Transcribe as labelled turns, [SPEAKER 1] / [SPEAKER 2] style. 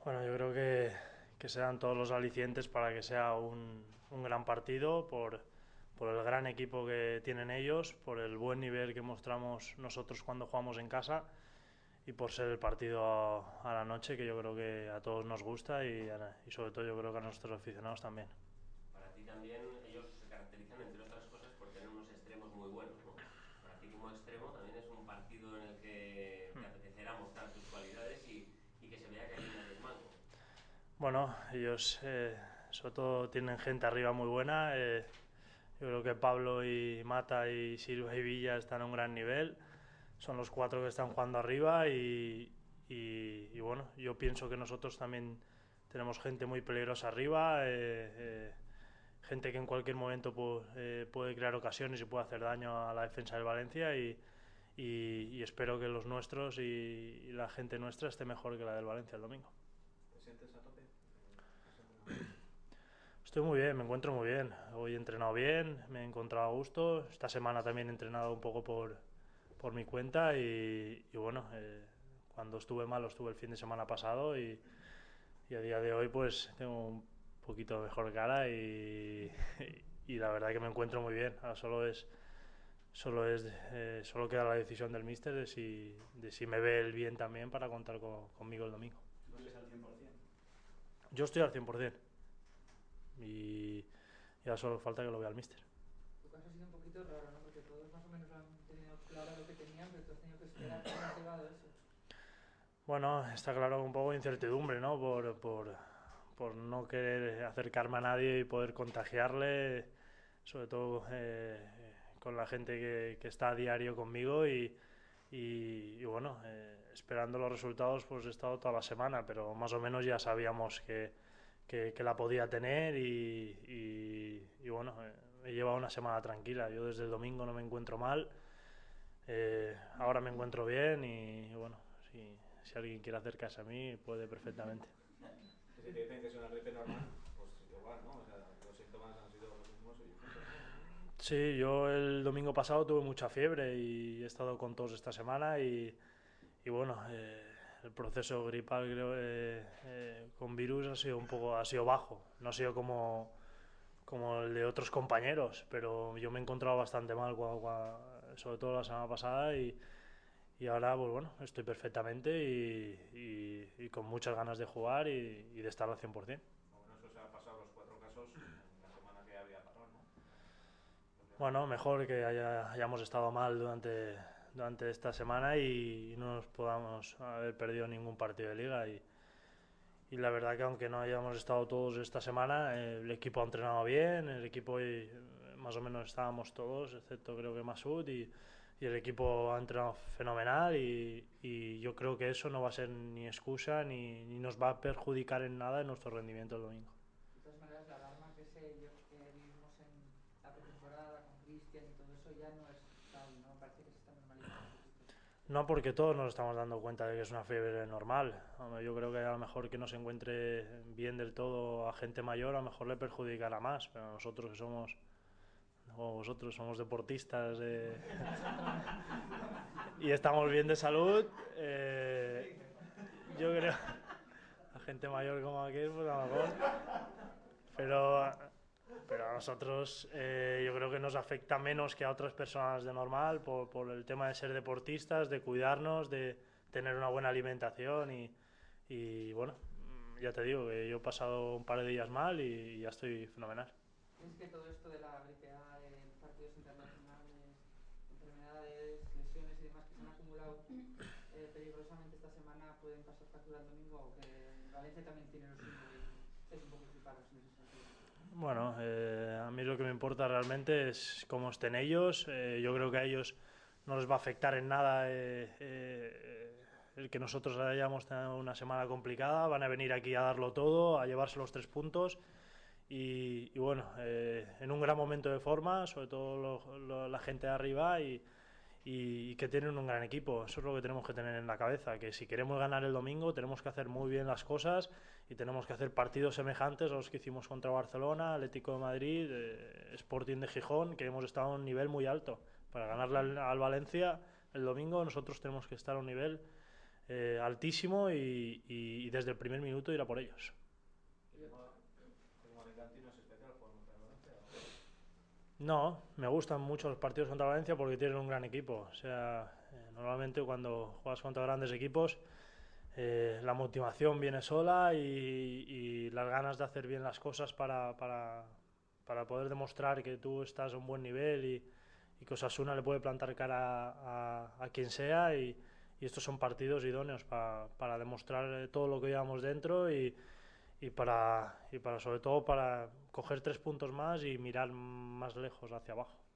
[SPEAKER 1] Bueno, yo creo que se dan todos los alicientes para que sea un gran partido por el gran equipo que tienen ellos, por el buen nivel que mostramos nosotros cuando jugamos en casa y por ser el partido a la noche que yo creo que a todos nos gusta y sobre todo yo creo que a nuestros aficionados también.
[SPEAKER 2] Para ti también ellos se caracterizan, entre otras cosas, por tener unos extremos muy buenos, ¿no? Para ti como extremo también es un partido en el que te apetecerá mostrar tus cualidades y que se vea que aquí nadie es manco.
[SPEAKER 1] Bueno, ellos sobre todo tienen gente arriba muy buena. Yo creo que Pablo y Mata y Silva y Villa están a un gran nivel. Son los cuatro que están jugando arriba y bueno, yo pienso que nosotros también tenemos gente muy peligrosa arriba, gente que en cualquier momento puede crear ocasiones y puede hacer daño a la defensa del Valencia y espero que los nuestros y la gente nuestra esté mejor que la del Valencia el domingo.
[SPEAKER 3] ¿Te sientes a tope? ¿Has entrenado bien?
[SPEAKER 1] Estoy muy bien, me encuentro muy bien. Hoy he entrenado bien, me he encontrado a gusto. Esta semana también he entrenado un poco por mi cuenta y bueno, cuando estuve malo estuve el fin de semana pasado y a día de hoy pues tengo un poquito mejor cara y la verdad que me encuentro muy bien. Ahora solo queda la decisión del míster de si me ve él bien también para contar conmigo el domingo.
[SPEAKER 3] ¿Tú sigues al 100%?
[SPEAKER 1] Yo estoy al 100% y ya solo falta que lo vea el míster.
[SPEAKER 4] Tu caso ha sido un poquito raro, ¿no? Porque todos más o menos han tenido claro lo que tenían, pero tú has tenido que esperar cómo ha llegado eso.
[SPEAKER 1] Bueno, está claro un poco de incertidumbre, ¿no? Por no querer acercarme a nadie y poder contagiarle, sobre todo con la gente que está a diario conmigo y bueno, esperando los resultados pues he estado toda la semana, pero más o menos ya sabíamos que la podía tener y bueno, he llevado una semana tranquila. Yo desde el domingo no me encuentro mal, ahora me encuentro bien y bueno, si alguien quiere acercarse a mí puede perfectamente.
[SPEAKER 3] Si te dicen que es una gripe normal, pues igual, ¿no? O sea, los síntomas han sido los mismos y punto.
[SPEAKER 1] Sí, yo el domingo pasado tuve mucha fiebre y he estado con tos esta semana y bueno, el proceso gripal creo con virus ha sido bajo, no ha sido como el de otros compañeros, pero yo me he encontrado bastante mal sobre todo la semana pasada y ahora pues bueno, estoy perfectamente y con muchas ganas de jugar y de estar al 100%.
[SPEAKER 3] Bueno, eso se ha pasado los 4 casos en la semana que había parón, ¿no?
[SPEAKER 1] Bueno, mejor que hayamos estado mal durante esta semana y no nos podamos haber perdido ningún partido de liga y la verdad que aunque no hayamos estado todos esta semana, el equipo ha entrenado bien, el equipo más o menos estábamos todos, excepto creo que Masud y el equipo ha entrenado fenomenal y yo creo que eso no va a ser ni excusa ni nos va a perjudicar en nada en nuestro rendimiento el domingo.
[SPEAKER 4] De todas maneras, la alarma que vivimos en la pretemporada con Cristian y todo eso ya no es tal, ¿no? Parece que se está normalizando un poquito.
[SPEAKER 1] No porque todos nos estamos dando cuenta de que es una fiebre normal. Hombre, yo creo que a lo mejor que no se encuentre bien del todo a gente mayor, a lo mejor le perjudicará más, pero nosotros que somos, como vosotros, somos deportistas y estamos bien de salud, yo creo a gente mayor como aquel, pues a lo mejor, pero pero a nosotros yo creo que nos afecta menos que a otras personas de normal por el tema de ser deportistas, de cuidarnos, de tener una buena alimentación y bueno, ya te digo que yo he pasado un par de días mal y ya estoy fenomenal.
[SPEAKER 4] ¿Crees que todo esto de la gripe A, de partidos internacionales, enfermedades, lesiones y demás que se han acumulado peligrosamente esta semana pueden pasar factura el domingo o que Valencia también tiene lo suyo y estáis un poco flipados en ese sentido?
[SPEAKER 1] Bueno, a mí lo que me importa realmente es cómo estén ellos. Yo creo que a ellos no les va a afectar en nada el que nosotros hayamos tenido una semana complicada. Van a venir aquí a darlo todo, a llevarse los 3 puntos y bueno, en un gran momento de forma, sobre todo la gente de arriba y que tienen un gran equipo. Eso es lo que tenemos que tener en la cabeza, que si queremos ganar el domingo tenemos que hacer muy bien las cosas y tenemos que hacer partidos semejantes a los que hicimos contra Barcelona, Atlético de Madrid, Sporting de Gijón, que hemos estado a un nivel muy alto. Para ganarle al Valencia el domingo nosotros tenemos que estar a un nivel altísimo y desde el primer minuto ir a por ellos.
[SPEAKER 3] ¿Como alicantino es especial jugar contra el Valencia?
[SPEAKER 1] No, me gustan mucho los partidos contra Valencia porque tienen un gran equipo. O sea, normalmente cuando juegas contra grandes equipos, la motivación viene sola y las ganas de hacer bien las cosas para poder demostrar que tú estás a un buen nivel y que Osasuna le puede plantar cara a quien sea y estos son partidos idóneos para demostrar todo lo que llevamos dentro y para sobre todo para coger 3 puntos más y mirar más lejos hacia abajo.